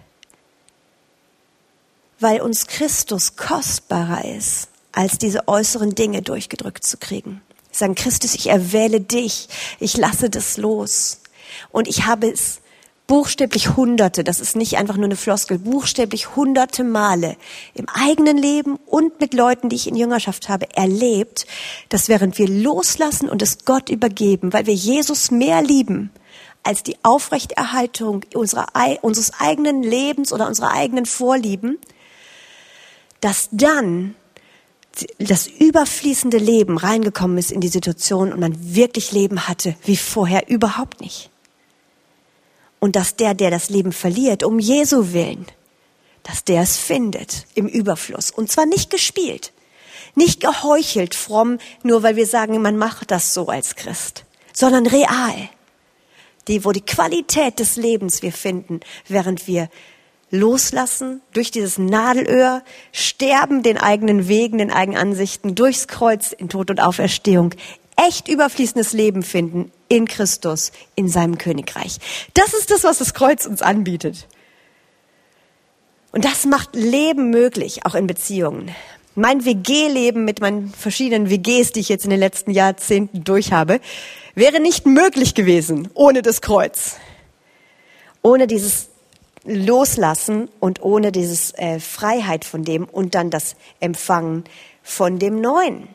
Weil uns Christus kostbarer ist, als diese äußeren Dinge durchgedrückt zu kriegen. Sagen, Christus, ich erwähle dich, ich lasse das los. Und ich habe es buchstäblich Hunderte, das ist nicht einfach nur eine Floskel, buchstäblich Hunderte Male im eigenen Leben und mit Leuten, die ich in Jüngerschaft habe, erlebt, dass während wir loslassen und es Gott übergeben, weil wir Jesus mehr lieben als die Aufrechterhaltung unseres eigenen Lebens oder unserer eigenen Vorlieben, dass dann das überfließende Leben reingekommen ist in die Situation und man wirklich Leben hatte wie vorher überhaupt nicht. Und dass der das Leben verliert, um Jesu willen, dass der es findet im Überfluss. Und zwar nicht gespielt, nicht geheuchelt fromm, nur weil wir sagen, man macht das so als Christ, sondern real. Wo die Qualität des Lebens wir finden, während wir loslassen, durch dieses Nadelöhr, sterben den eigenen Wegen, den eigenen Ansichten, durchs Kreuz in Tod und Auferstehung, echt überfließendes Leben finden in Christus, in seinem Königreich. Das ist das, was das Kreuz uns anbietet. Und das macht Leben möglich, auch in Beziehungen. Mein WG-Leben mit meinen verschiedenen WGs, die ich jetzt in den letzten Jahrzehnten durchhabe, wäre nicht möglich gewesen ohne das Kreuz. Ohne dieses Loslassen und ohne dieses Freiheit von dem und dann das Empfangen von dem Neuen.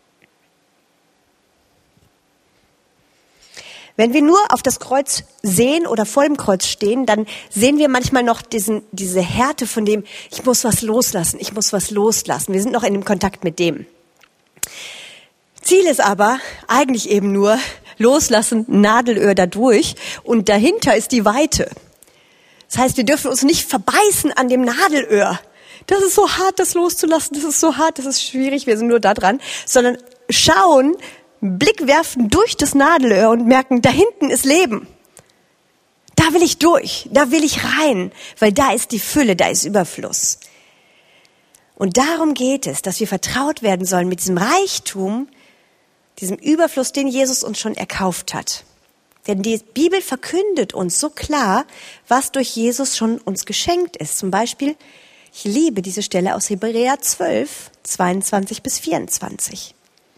Wenn wir nur auf das Kreuz sehen oder vor dem Kreuz stehen, dann sehen wir manchmal noch diese Härte von dem, ich muss was loslassen. Wir sind noch in dem Kontakt mit dem. Ziel ist aber eigentlich eben nur loslassen, Nadelöhr dadurch und dahinter ist die Weite. Das heißt, wir dürfen uns nicht verbeißen an dem Nadelöhr. Das ist so hart, das loszulassen, das ist so hart, das ist schwierig, wir sind nur da dran, sondern schauen, Blick werfen durch das Nadelöhr und merken, da hinten ist Leben. Da will ich durch, da will ich rein, weil da ist die Fülle, da ist Überfluss. Und darum geht es, dass wir vertraut werden sollen mit diesem Reichtum, diesem Überfluss, den Jesus uns schon erkauft hat. Denn die Bibel verkündet uns so klar, was durch Jesus schon uns geschenkt ist. Zum Beispiel, ich liebe diese Stelle aus Hebräer 12, 22 bis 24.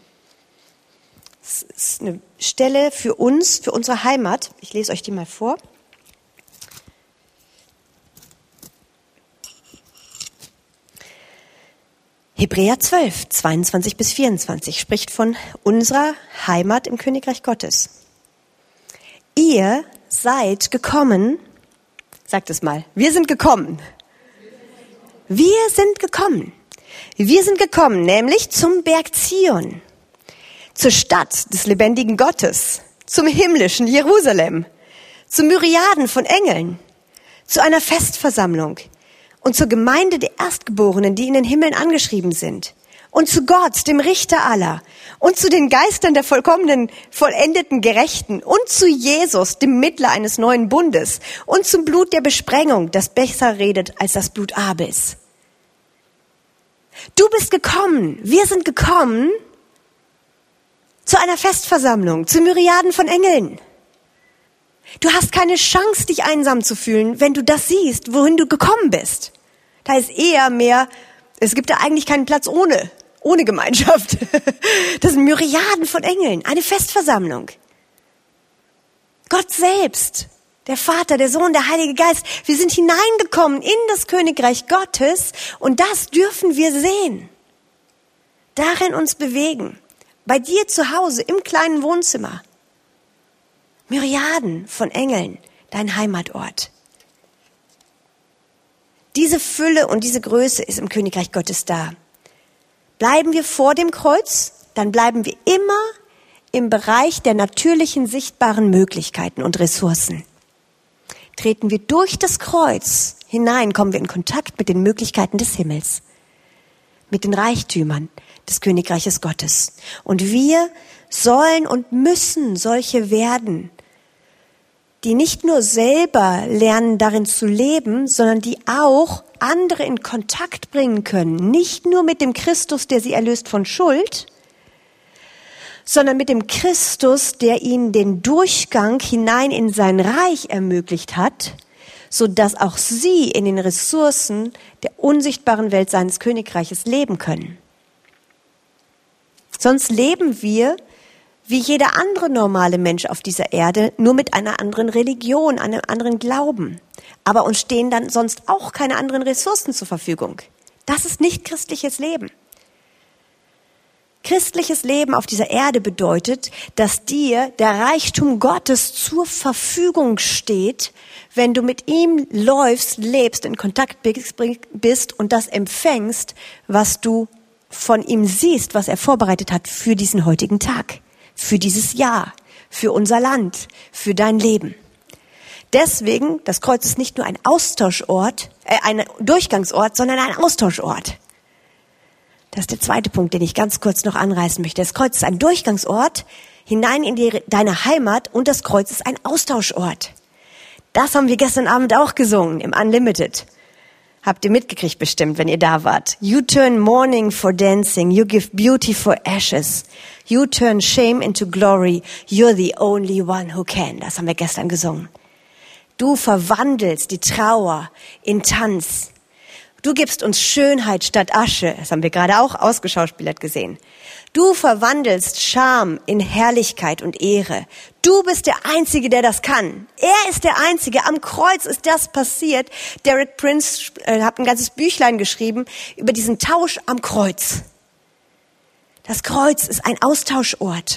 Das ist eine Stelle für uns, für unsere Heimat. Ich lese euch die mal vor. Hebräer 12, 22 bis 24 spricht von unserer Heimat im Königreich Gottes. Ihr seid gekommen, sagt es mal, wir sind gekommen. Wir sind gekommen Wir sind gekommen, nämlich zum Berg Zion, zur Stadt des lebendigen Gottes, zum himmlischen Jerusalem, zu Myriaden von Engeln, zu einer Festversammlung und zur Gemeinde der Erstgeborenen, die in den Himmeln angeschrieben sind, und zu Gott, dem Richter aller, und zu den Geistern der vollkommenen, vollendeten Gerechten, und zu Jesus, dem Mittler eines neuen Bundes, und zum Blut der Besprengung, das besser redet als das Blut Abels. Du bist gekommen, wir sind gekommen zu einer Festversammlung, zu Myriaden von Engeln. Du hast keine Chance, dich einsam zu fühlen, wenn du das siehst, wohin du gekommen bist. Da ist eher mehr, es gibt da eigentlich keinen Platz ohne Gemeinschaft. Das sind Myriaden von Engeln, eine Festversammlung. Gott selbst, der Vater, der Sohn, der Heilige Geist. Wir sind hineingekommen in das Königreich Gottes und das dürfen wir sehen. Darin uns bewegen. Bei dir zu Hause, im kleinen Wohnzimmer. Myriaden von Engeln, dein Heimatort. Diese Fülle und diese Größe ist im Königreich Gottes da. Bleiben wir vor dem Kreuz, dann bleiben wir immer im Bereich der natürlichen, sichtbaren Möglichkeiten und Ressourcen. Treten wir durch das Kreuz hinein, kommen wir in Kontakt mit den Möglichkeiten des Himmels, mit den Reichtümern des Königreiches Gottes. Und wir sollen und müssen solche werden, die nicht nur selber lernen, darin zu leben, sondern die auch andere in Kontakt bringen können. Nicht nur mit dem Christus, der sie erlöst von Schuld, sondern mit dem Christus, der ihnen den Durchgang hinein in sein Reich ermöglicht hat, sodass auch sie in den Ressourcen der unsichtbaren Welt seines Königreiches leben können. Sonst leben wir wie jeder andere normale Mensch auf dieser Erde, nur mit einer anderen Religion, einem anderen Glauben. Aber uns stehen dann sonst auch keine anderen Ressourcen zur Verfügung. Das ist nicht christliches Leben. Christliches Leben auf dieser Erde bedeutet, dass dir der Reichtum Gottes zur Verfügung steht, wenn du mit ihm läufst, lebst, in Kontakt bist und das empfängst, was du von ihm siehst, was er vorbereitet hat für diesen heutigen Tag, für dieses Jahr, für unser Land, für dein Leben. Deswegen, das Kreuz ist nicht nur ein Austauschort, ein Durchgangsort, sondern ein Austauschort. Das ist der zweite Punkt, den ich ganz kurz noch anreißen möchte. Das Kreuz ist ein Durchgangsort hinein in deine Heimat und das Kreuz ist ein Austauschort. Das haben wir gestern Abend auch gesungen im Unlimited. Habt ihr mitgekriegt bestimmt, wenn ihr da wart. You turn mourning for dancing, you give beauty for ashes. You turn shame into glory, you're the only one who can. Das haben wir gestern gesungen. Du verwandelst die Trauer in Tanz. Du gibst uns Schönheit statt Asche. Das haben wir gerade auch ausgeschauspielert gesehen. Du verwandelst Scham in Herrlichkeit und Ehre. Du bist der Einzige, der das kann. Er ist der Einzige. Am Kreuz ist das passiert. Derek Prince hat ein ganzes Büchlein geschrieben über diesen Tausch am Kreuz. Das Kreuz ist ein Austauschort.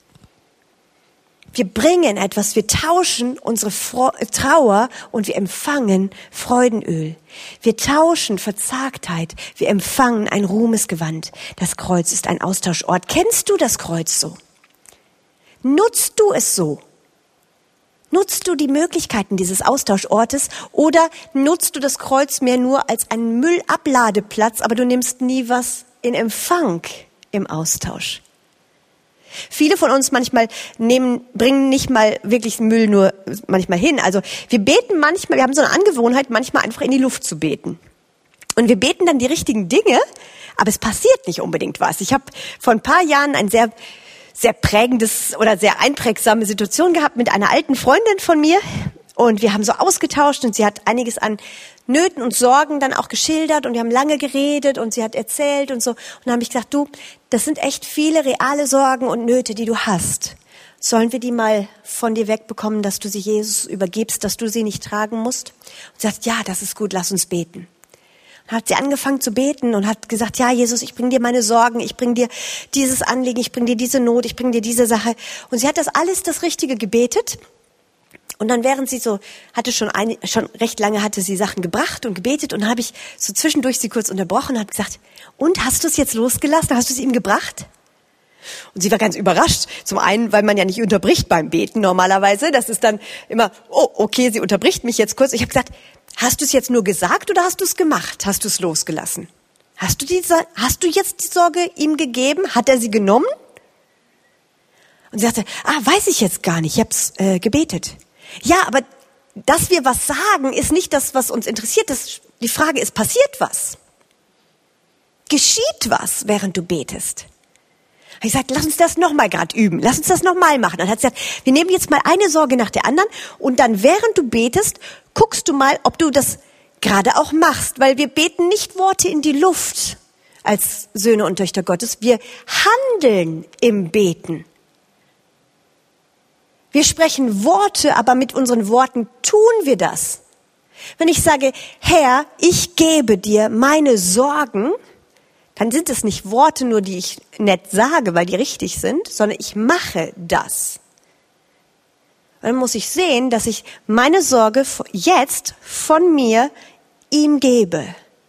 Wir bringen etwas, wir tauschen unsere Trauer und wir empfangen Freudenöl. Wir tauschen Verzagtheit, wir empfangen ein Ruhmesgewand. Das Kreuz ist ein Austauschort. Kennst du das Kreuz so? Nutzt du es so? Nutzt du die Möglichkeiten dieses Austauschortes oder nutzt du das Kreuz mehr nur als einen Müllabladeplatz, aber du nimmst nie was in Empfang im Austausch? Viele von uns manchmal bringen nicht mal wirklich Müll nur manchmal hin. Also wir beten manchmal, wir haben so eine Angewohnheit, manchmal einfach in die Luft zu beten. Und wir beten dann die richtigen Dinge, aber es passiert nicht unbedingt was. Ich habe vor ein paar Jahren ein sehr, sehr prägendes oder sehr einprägsame Situation gehabt mit einer alten Freundin von mir. Und wir haben so ausgetauscht und sie hat einiges an Nöten und Sorgen dann auch geschildert und wir haben lange geredet und sie hat erzählt und so. Und dann habe ich gesagt, du, das sind echt viele reale Sorgen und Nöte, die du hast. Sollen wir die mal von dir wegbekommen, dass du sie Jesus übergibst, dass du sie nicht tragen musst? Und sie sagt, ja, das ist gut, lass uns beten. Dann hat sie angefangen zu beten und hat gesagt, ja, Jesus, ich bringe dir meine Sorgen, ich bringe dir dieses Anliegen, ich bringe dir diese Not, ich bringe dir diese Sache. Und sie hat das alles das Richtige gebetet. Und dann während sie so, schon recht lange hatte sie Sachen gebracht und gebetet und dann habe ich so zwischendurch sie kurz unterbrochen und habe gesagt, und hast du es jetzt losgelassen? Hast du es ihm gebracht? Und sie war ganz überrascht. Zum einen, weil man ja nicht unterbricht beim Beten normalerweise. Das ist dann immer, oh, okay, sie unterbricht mich jetzt kurz. Ich habe gesagt, hast du es jetzt nur gesagt oder hast du es gemacht? Hast du es losgelassen? Hast du jetzt die Sorge ihm gegeben? Hat er sie genommen? Und sie sagte, weiß ich jetzt gar nicht, ich habe es gebetet. Ja, aber dass wir was sagen, ist nicht das, was uns interessiert. Die Frage ist, passiert was? Geschieht was, während du betest? Habe ich gesagt, lass uns das nochmal gerade üben. Lass uns das nochmal machen. Dann hat sie gesagt, wir nehmen jetzt mal eine Sorge nach der anderen und dann, während du betest, guckst du mal, ob du das gerade auch machst. Weil wir beten nicht Worte in die Luft als Söhne und Töchter Gottes. Wir handeln im Beten. Wir sprechen Worte, aber mit unseren Worten tun wir das. Wenn ich sage, Herr, ich gebe dir meine Sorgen, dann sind es nicht Worte nur, die ich nett sage, weil die richtig sind, sondern ich mache das. Dann muss ich sehen, dass ich meine Sorge jetzt von mir ihm gebe.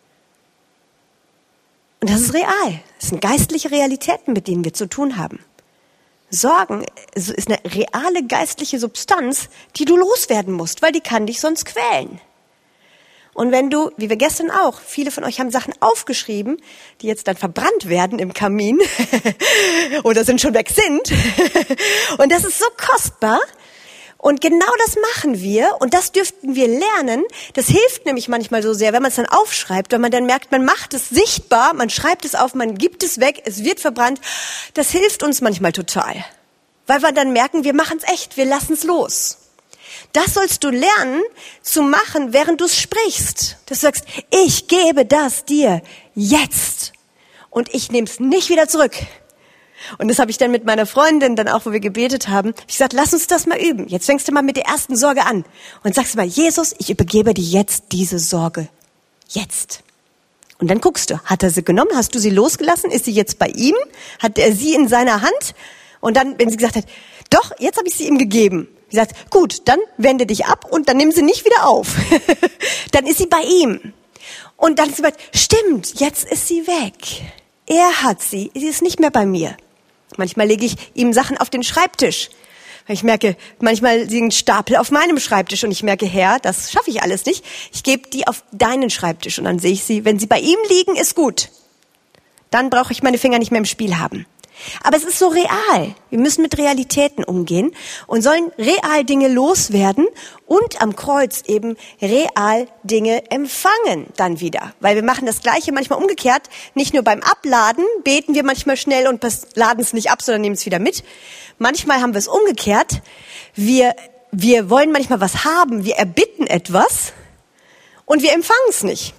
Und das ist real. Das sind geistliche Realitäten, mit denen wir zu tun haben. Sorgen ist eine reale geistliche Substanz, die du loswerden musst, weil die kann dich sonst quälen. Und wenn du, wie wir gestern auch, viele von euch haben Sachen aufgeschrieben, die jetzt dann verbrannt werden im Kamin oder schon weg sind. Und das ist so kostbar. Und genau das machen wir und das dürften wir lernen. Das hilft nämlich manchmal so sehr, wenn man es dann aufschreibt, wenn man dann merkt, man macht es sichtbar, man schreibt es auf, man gibt es weg, es wird verbrannt. Das hilft uns manchmal total, weil wir dann merken, wir machen es echt, wir lassen es los. Das sollst du lernen zu machen, während du es sprichst. Dass du sagst, ich gebe das dir jetzt und ich nehme es nicht wieder zurück. Und das habe ich dann mit meiner Freundin, dann auch, wo wir gebetet haben, ich gesagt, lass uns das mal üben. Jetzt fängst du mal mit der ersten Sorge an und sagst mal, Jesus, ich übergebe dir jetzt diese Sorge. Jetzt. Und dann guckst du, hat er sie genommen? Hast du sie losgelassen? Ist sie jetzt bei ihm? Hat er sie in seiner Hand? Und dann, wenn sie gesagt hat, doch, jetzt habe ich sie ihm gegeben. Sie sagt, gut, dann wende dich ab und dann nimm sie nicht wieder auf. Dann ist sie bei ihm. Und dann ist sie bei, stimmt, jetzt ist sie weg. Er hat sie ist nicht mehr bei mir. Manchmal lege ich ihm Sachen auf den Schreibtisch. Weil ich merke, manchmal liegen Stapel auf meinem Schreibtisch und ich merke, Herr, das schaffe ich alles nicht. Ich gebe die auf deinen Schreibtisch und dann sehe ich sie. Wenn sie bei ihm liegen, ist gut. Dann brauche ich meine Finger nicht mehr im Spiel haben. Aber es ist so real. Wir müssen mit Realitäten umgehen und sollen real Dinge loswerden und am Kreuz eben real Dinge empfangen dann wieder. Weil wir machen das Gleiche manchmal umgekehrt. Nicht nur beim Abladen beten wir manchmal schnell und laden es nicht ab, sondern nehmen es wieder mit. Manchmal haben wir es umgekehrt. Wir wollen manchmal was haben, wir erbitten etwas und wir empfangen es nicht.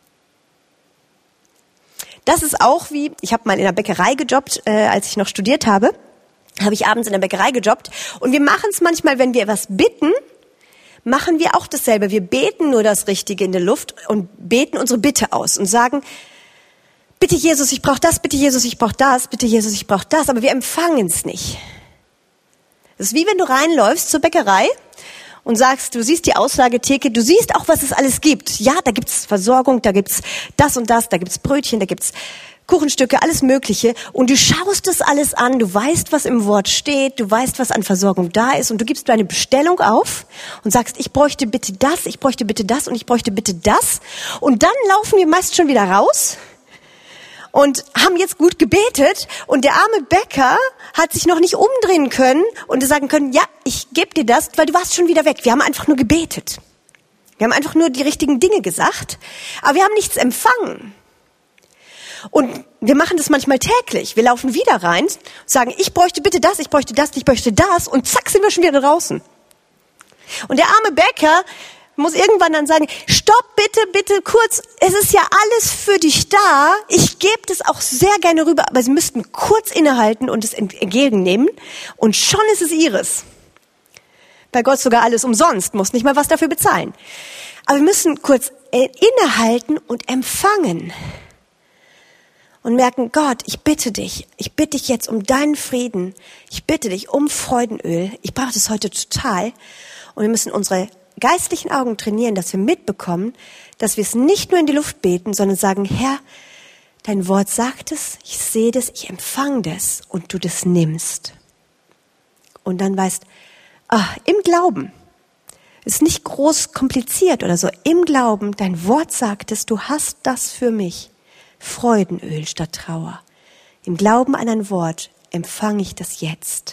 Das ist auch wie, ich habe mal in der Bäckerei gejobbt, als ich noch studiert habe, habe ich abends in der Bäckerei gejobbt. Und wir machen es manchmal, wenn wir etwas bitten, machen wir auch dasselbe. Wir beten nur das Richtige in der Luft und beten unsere Bitte aus und sagen, bitte Jesus, ich brauche das, bitte Jesus, ich brauche das, bitte Jesus, ich brauche das. Aber wir empfangen es nicht. Das ist wie wenn du reinläufst zur Bäckerei und sagst, du siehst die Auslagetheke, du siehst auch, was es alles gibt. Ja, da gibt's Versorgung, da gibt's das und das, da gibt's Brötchen, da gibt's Kuchenstücke, alles Mögliche. Und du schaust das alles an, du weißt, was im Wort steht, du weißt, was an Versorgung da ist und du gibst deine Bestellung auf und sagst, ich bräuchte bitte das, ich bräuchte bitte das und ich bräuchte bitte das. Und dann laufen wir meist schon wieder raus und haben jetzt gut gebetet und der arme Bäcker hat sich noch nicht umdrehen können und sagen können, ja, ich gebe dir das, weil du warst schon wieder weg. Wir haben einfach nur gebetet. Wir haben einfach nur die richtigen Dinge gesagt, aber wir haben nichts empfangen. Und wir machen das manchmal täglich. Wir laufen wieder rein und sagen, ich bräuchte bitte das, ich bräuchte das, ich bräuchte das und zack, sind wir schon wieder draußen. Und der arme Bäcker muss irgendwann dann sagen, stopp, bitte, bitte, kurz, es ist ja alles für dich da, ich gebe das auch sehr gerne rüber, aber Sie müssten kurz innehalten und es entgegennehmen und schon ist es Ihres. Bei Gott sogar alles umsonst, muss nicht mal was dafür bezahlen. Aber wir müssen kurz innehalten und empfangen und merken, Gott, ich bitte dich jetzt um deinen Frieden, ich bitte dich um Freudenöl, ich brauche das heute total. Und wir müssen unsere geistlichen Augen trainieren, dass wir mitbekommen, dass wir es nicht nur in die Luft beten, sondern sagen, Herr, dein Wort sagt es, ich sehe das, ich empfange das und du das nimmst. Und dann weißt, im Glauben, ist nicht groß kompliziert oder so, im Glauben, dein Wort sagt es, du hast das für mich. Freudenöl statt Trauer. Im Glauben an ein Wort empfange ich das jetzt.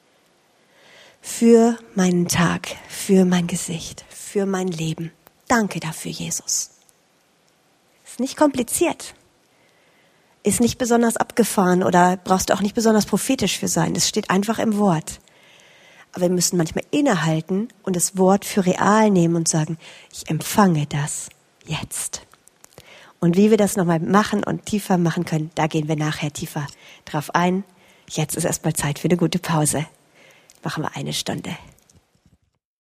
Für meinen Tag, für mein Gesicht, für mein Leben. Danke dafür, Jesus. Ist nicht kompliziert. Ist nicht besonders abgefahren oder brauchst du auch nicht besonders prophetisch für sein. Es steht einfach im Wort. Aber wir müssen manchmal innehalten und das Wort für real nehmen und sagen, ich empfange das jetzt. Und wie wir das nochmal machen und tiefer machen können, da gehen wir nachher tiefer drauf ein. Jetzt ist erstmal Zeit für eine gute Pause. Machen wir 1 Stunde.